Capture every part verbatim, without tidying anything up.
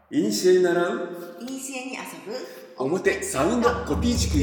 いにしえに習ういにしえに遊ぶ表サウンドコピー塾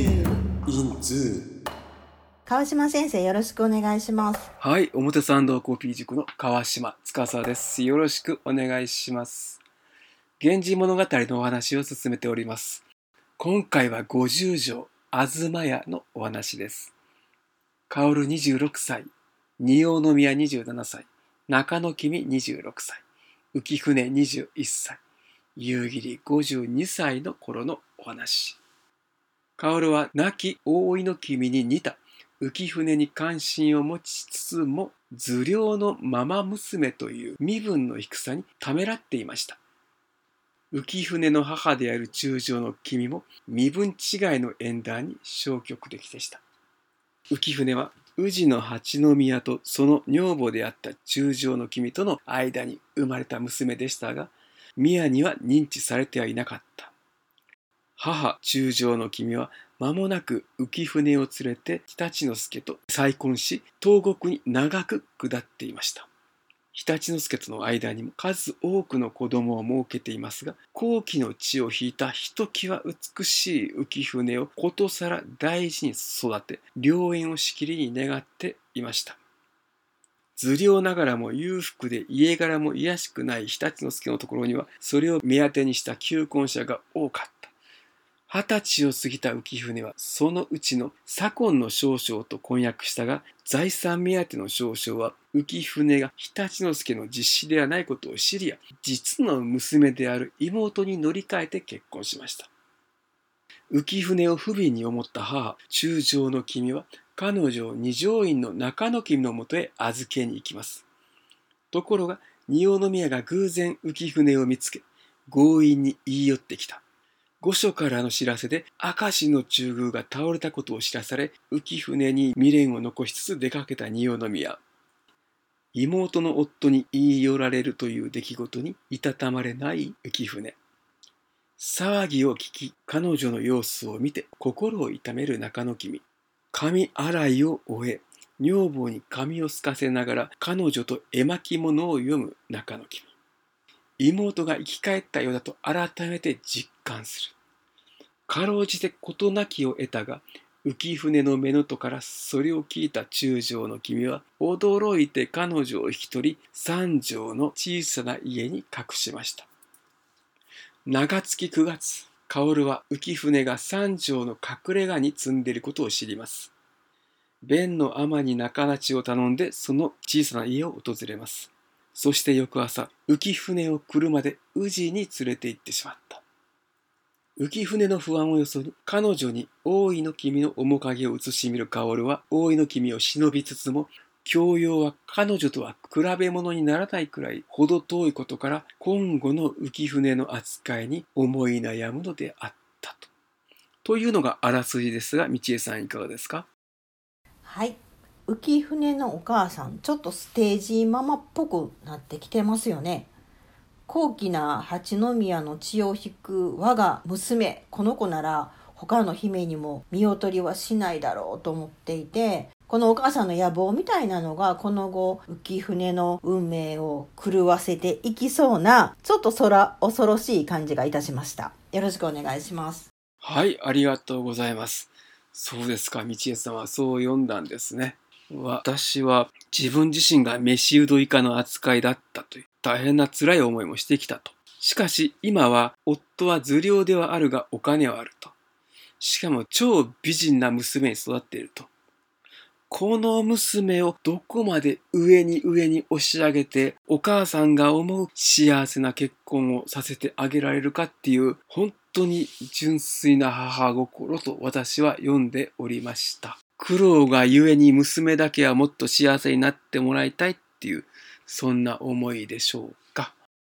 in ズー。 川島先生、よろしくお願いします。 はい、表サウンドコピー塾の川島司です。よろしくお願いします。源氏物語のお話を進めております。今回はごじゅう条東屋のお話です。薫にじゅうろくさい、仁王宮にじゅうななさい、中野君にじゅうろくさい、浮舟にじゅういっさい、夕霧ごじゅうにさいの頃のお話。薫は亡き大井の君に似た浮舟に関心を持ちつつも、頭領のママ娘という身分の低さにためらっていました。浮舟の母である中将の君も身分違いの縁談に消極的でした。浮舟は宇治の八宮とその女房であった中将の君との間に生まれた娘でしたが、宮には認知されてはいなかった。母中将の君は間もなく浮舟を連れて常陸介と再婚し、東国に長く下っていました。常陸介との間にも数多くの子供を設けていますが、後期の血を引いたひときわ美しい浮舟をことさら大事に育て、良縁をしきりに願っていました。頭領ながらも裕福で家柄も卑しくない常陸介のところには、それを目当てにした求婚者が多かった。二十歳を過ぎた浮舟はそのうちの左近の少将と婚約したが、財産目当ての少将は浮舟が常陸介の実子ではないことを知りや、実の娘である妹に乗り換えて結婚しました。浮舟を不憫に思った母中将の君は彼女を二条院の中野君のもとへ預けに行きます。ところが仁王宮が偶然浮舟を見つけ、強引に言い寄ってきた。御所からの知らせで明石の中宮が倒れたことを知らされ、浮舟に未練を残しつつ出かけた仁王宮。妹の夫に言い寄られるという出来事にいたたまれない浮舟。騒ぎを聞き、彼女の様子を見て心を痛める中野君。髪洗いを終え、女房に髪をすかせながら彼女と絵巻物を読む中野君。妹が生き返ったようだと改めて実感する。かろうじて事なきを得たが、浮舟の目のとからそれを聞いた中将の君は驚いて彼女を引き取り、三条の小さな家に隠しました。長月くがつ、薫は浮舟が三条の隠れ家に積んでいることを知ります。弁の尼に仲立ちを頼んでその小さな家を訪れます。そして翌朝、浮舟を車で宇治に連れて行ってしまった。浮舟の不安をよそに、彼女に大井の君の面影を映し見る薫は、大井の君を忍びつつも、教養は彼女とは比べ物にならないくらいほど遠いことから、今後の浮舟の扱いに思い悩むのであったと。というのがあらすじですが、道枝さんいかがですか？ はい。浮舟のお母さん、ちょっとステージママっぽくなってきてますよね。高貴な八宮の血を引く我が娘、この子なら他の姫にも見劣りはしないだろうと思っていて、このお母さんの野望みたいなのがこの後浮舟の運命を狂わせていきそうな、ちょっと空恐ろしい感じがいたしました。よろしくお願いします。 はい、ありがとうございます。そうですか、道枝さんはそう読んだんですね。私は自分自身が飯うど以下の扱いだったという大変な辛い思いもしてきたと。しかし今は夫は頭領ではあるがお金はあると。しかも超美人な娘に育っていると。この娘をどこまで上に上に押し上げてお母さんが思う幸せな結婚をさせてあげられるかっていう本当に純粋な母心と私は読んでおりました。苦労がゆえに娘だけはもっと幸せになってもらいたいっていうそんな思いでしょうか。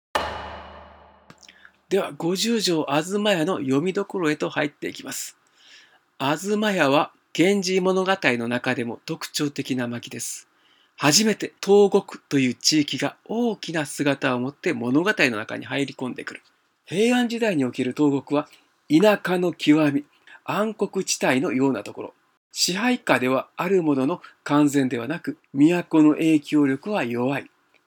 ではごじゅう条東屋の読みどころへと入っていきます。東屋は源氏物語の中でも特徴的な巻です。初めて東国という地域が大きな姿を持って物語の中に入り込んでくる。平安時代における東国は田舎の極み、暗黒地帯のようなところ。支配下ではあるものの完全ではなく、都の影響力は弱い。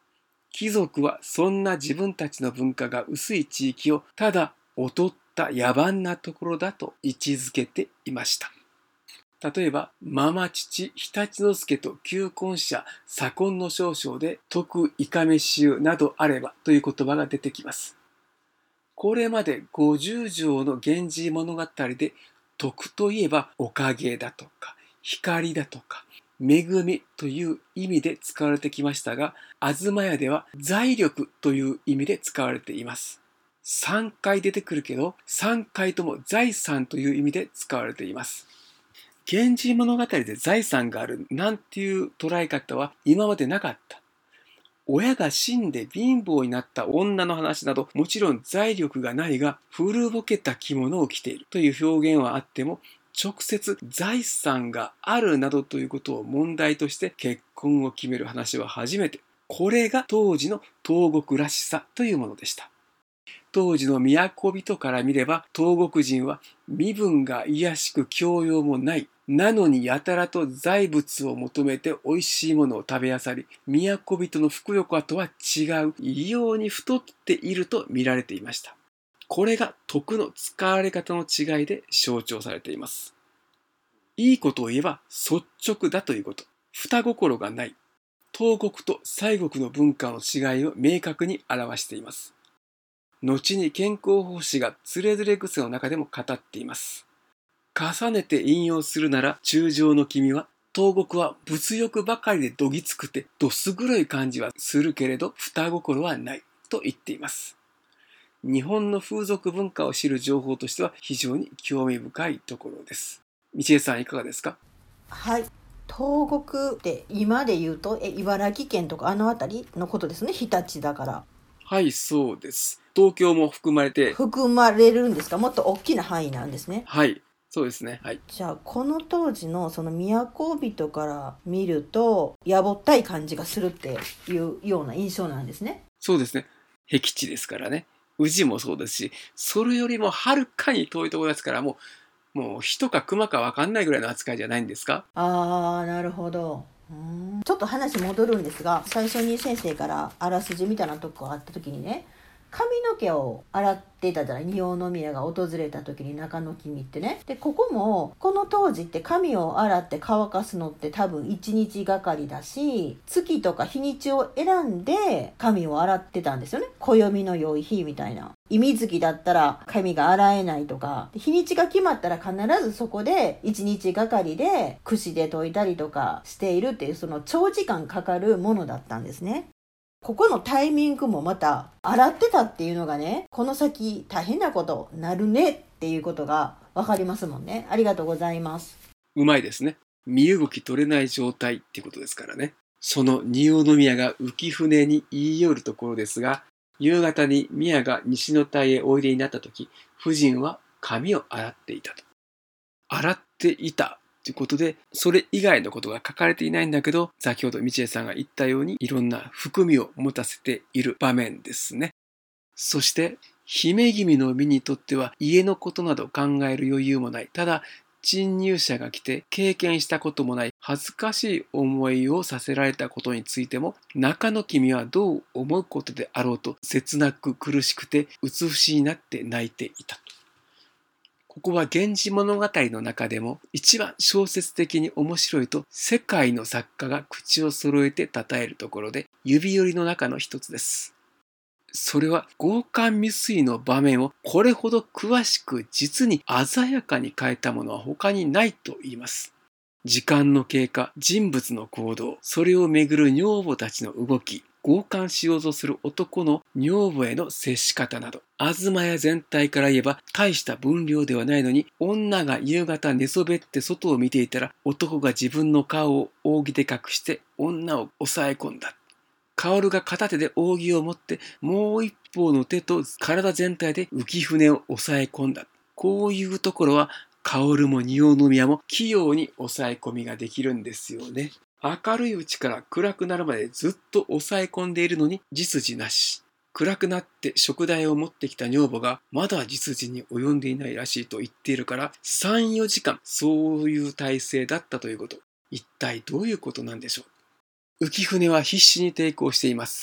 貴族はそんな自分たちの文化が薄い地域をただ劣った野蛮なところだと位置づけていました。例えば、ママ父、常陸之助と求婚者、左近の少々で、徳いかめしゅうなどあればという言葉が出てきます。これまでごじゅう条の源氏物語で、徳といえばおかげだとか、光だとか、恵みという意味で使われてきましたが、東屋では財力という意味で使われています。さんかい出てくるけど、さんかいとも財産という意味で使われています。源氏物語で財産があるなんていう捉え方は今までなかった。親が死んで貧乏になった女の話など、もちろん財力がないが古ぼけた着物を着ているという表現はあっても、直接財産があるなどということを問題として結婚を決める話は初めて。これが当時の東国らしさというものでした。当時の都人から見れば、東国人は身分が卑しく教養もない。なのにやたらと財物を求めて美味しいものを食べあさり、都人のふくよかとは違う異様に太っていると見られていました。これが徳の使われ方の違いで象徴されています。いいことを言えば率直だということ。二心がない。東国と西国の文化の違いを明確に表しています。後に健康法師がつれづれ癖の中でも語っています。重ねて引用するなら、中将の君は、東国は物欲ばかりでどぎつくて、どす黒い感じはするけれど、二心はない、と言っています。日本の風俗文化を知る情報としては非常に興味深いところです。道枝さんいかがですか？ はい。東国って今で言うとえ茨城県とかあの辺りのことですね。日立だから。 はい、そうです。東京も含まれて。 含まれるんですか？もっと大きな範囲なんですね。 はい。そうですね。はい。 じゃあこの当時のその都人から見るとやぼったい感じがするっていうような印象なんですね。 そうですね。僻地ですからね。宇治もそうですし、それよりもはるかに遠いところですから、もう、もう人か熊か分かんないぐらいの扱いじゃないんですか？ あー、なるほど。うーんちょっと話戻るんですが、最初に先生からあらすじみたいなとこがあった時にね、髪の毛を洗っていたじゃない、仁王宮が訪れた時に中野君ってね。でここもこの当時って髪を洗って乾かすのって多分いちにちがかりだし、月とか日にちを選んで髪を洗ってたんですよね。暦の良い日みたいな。忌み月だったら髪が洗えないとか、日にちが決まったら必ずそこでいちにちがかりで櫛で研いだりとかしているっていう、その長時間かかるものだったんですね。ここのタイミングもまた洗ってたっていうのがね、この先大変なことになるねっていうことが分かりますもんね。ありがとうございます。 うまいですね。身動き取れない状態っていうことですからね。その仁王宮が浮舟に言い寄るところですが、夕方に宮が西の隊へおいでになった時、夫人は髪を洗っていたと。洗っていたということで、それ以外のことが書かれていないんだけど、先ほど道枝さんが言ったように、いろんな含みを持たせている場面ですね。そして、姫君の身にとっては家のことなど考える余裕もない。ただ、侵入者が来て経験したこともない恥ずかしい思いをさせられたことについても、中野君はどう思うことであろうと切なく苦しくてうつ伏しになって泣いていた。ここは源氏物語の中でも一番小説的に面白いと世界の作家が口を揃えて称えるところで、指折りの中の一つです。それは強姦未遂の場面をこれほど詳しく実に鮮やかに変えたものは他にないと言います。時間の経過、人物の行動、それをめぐる女房たちの動き、強姦しようとする男の女房への接し方など、東屋全体から言えば大した分量ではないのに、女が夕方寝そべって外を見ていたら、男が自分の顔を扇で隠して女を抑え込んだ。薫が片手で扇を持って、もう一方の手と体全体で浮舟を抑え込んだ。こういうところは、薫も仁王宮も器用に抑え込みができるんですよね。明るいうちから暗くなるまでずっと抑え込んでいるのに実需なし。暗くなって食材を持ってきた女房がまだ実需に及んでいないらしいと言っているから、さん、よじかんそういう体制だったということ。一体どういうことなんでしょう。浮舟は必死に抵抗しています。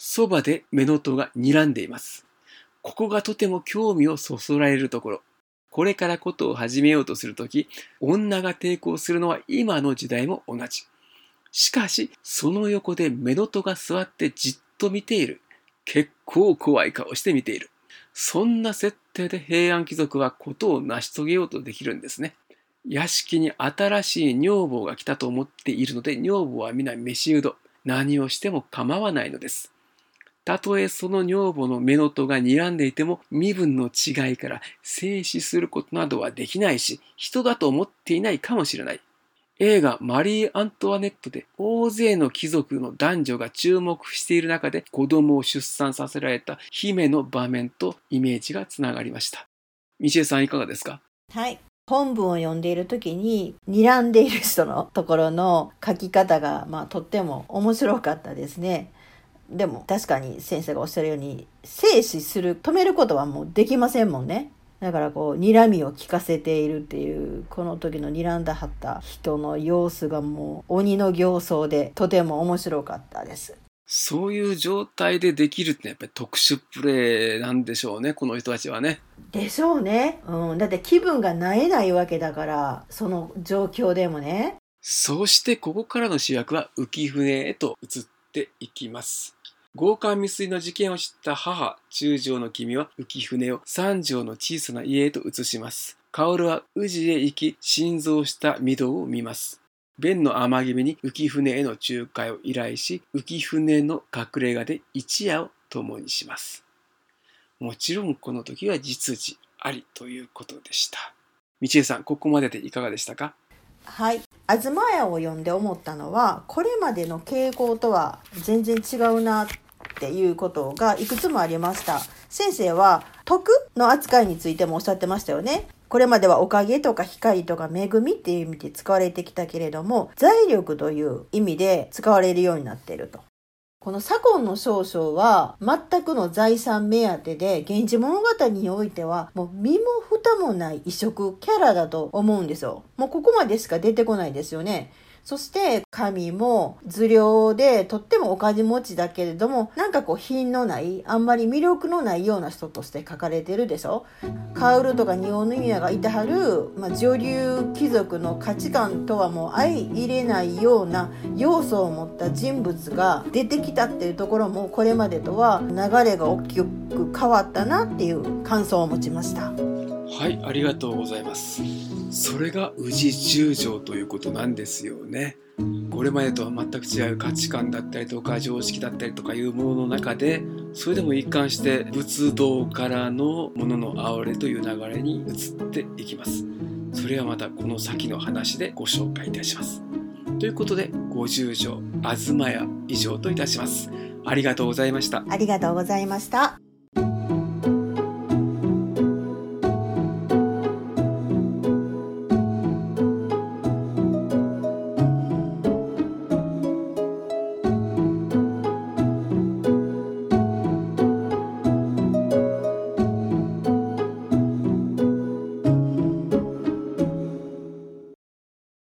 そばで乳母が睨んでいます。ここがとても興味をそそられるところ。これからことを始めようとするとき、女が抵抗するのは今の時代も同じ。しかし、その横で乳母が座ってじっと見ている。結構怖い顔して見ている。そんな設定で平安貴族はことを成し遂げようとできるんですね。屋敷に新しい女房が来たと思っているので、女房は皆飯うど。何をしても構わないのです。たとえその女房の乳母が睨んでいても、身分の違いから静止することなどはできないし、人だと思っていないかもしれない。映画マリー・アントワネットで大勢の貴族の男女が注目している中で子供を出産させられた姫の場面とイメージがつながりました。道枝さんいかがですか？ はい。本文を読んでいる時に睨んでいる人のところの書き方が、まあ、とっても面白かったですね。でも確かに先生がおっしゃるように静止する、止めることはもうできませんもんね。だからこう睨みを聞かせているっていう、この時の睨んだはった人の様子がもう鬼の形相でとても面白かったです。 そういう状態でできるってやっぱり特殊プレイなんでしょうね、この人たちはね。 でしょうね、うん、だって気分がなえないわけだから、その状況でもね。 そしてここからの主役は浮舟へと移っていきます。強姦未遂の事件を知った母、中将の君は浮舟を三畳の小さな家へと移します。薫は宇治へ行き、新造した御堂を見ます。弁の天君に浮舟への仲介を依頼し、浮舟の隠れ家で一夜を共にします。もちろんこの時は実需ありということでした。道枝さん、ここまででいかがでしたか？ はい。東屋を読んで思ったのは、これまでの傾向とは全然違うなっていうことがいくつもありました。先生は徳の扱いについてもおっしゃってましたよね。これまではおかげとか光とか恵みっていう意味で使われてきたけれども、財力という意味で使われるようになっていると。この左近の少将は全くの財産目当てで、源氏物語においてはもう身も蓋もない異色キャラだと思うんですよ。もうここまでしか出てこないですよね。そして神も頭領でとってもお金持ちだけれども、なんかこう品のない、あんまり魅力のないような人として書かれてるでしょ。薫とか仁王宮がいてはる、まあ、女流貴族の価値観とはもう相入れないような要素を持った人物が出てきたっていうところも、これまでとは流れが大きく変わったなっていう感想を持ちました。 はい、ありがとうございます。それが宇治十条ということなんですよね。これまでとは全く違う価値観だったりとか常識だったりとかいうものの中で、それでも一貫して仏道からのもののあおれという流れに移っていきます。それはまたこの先の話でご紹介いたします。ということでご十条東屋以上といたします。ありがとうございました。 ありがとうございました。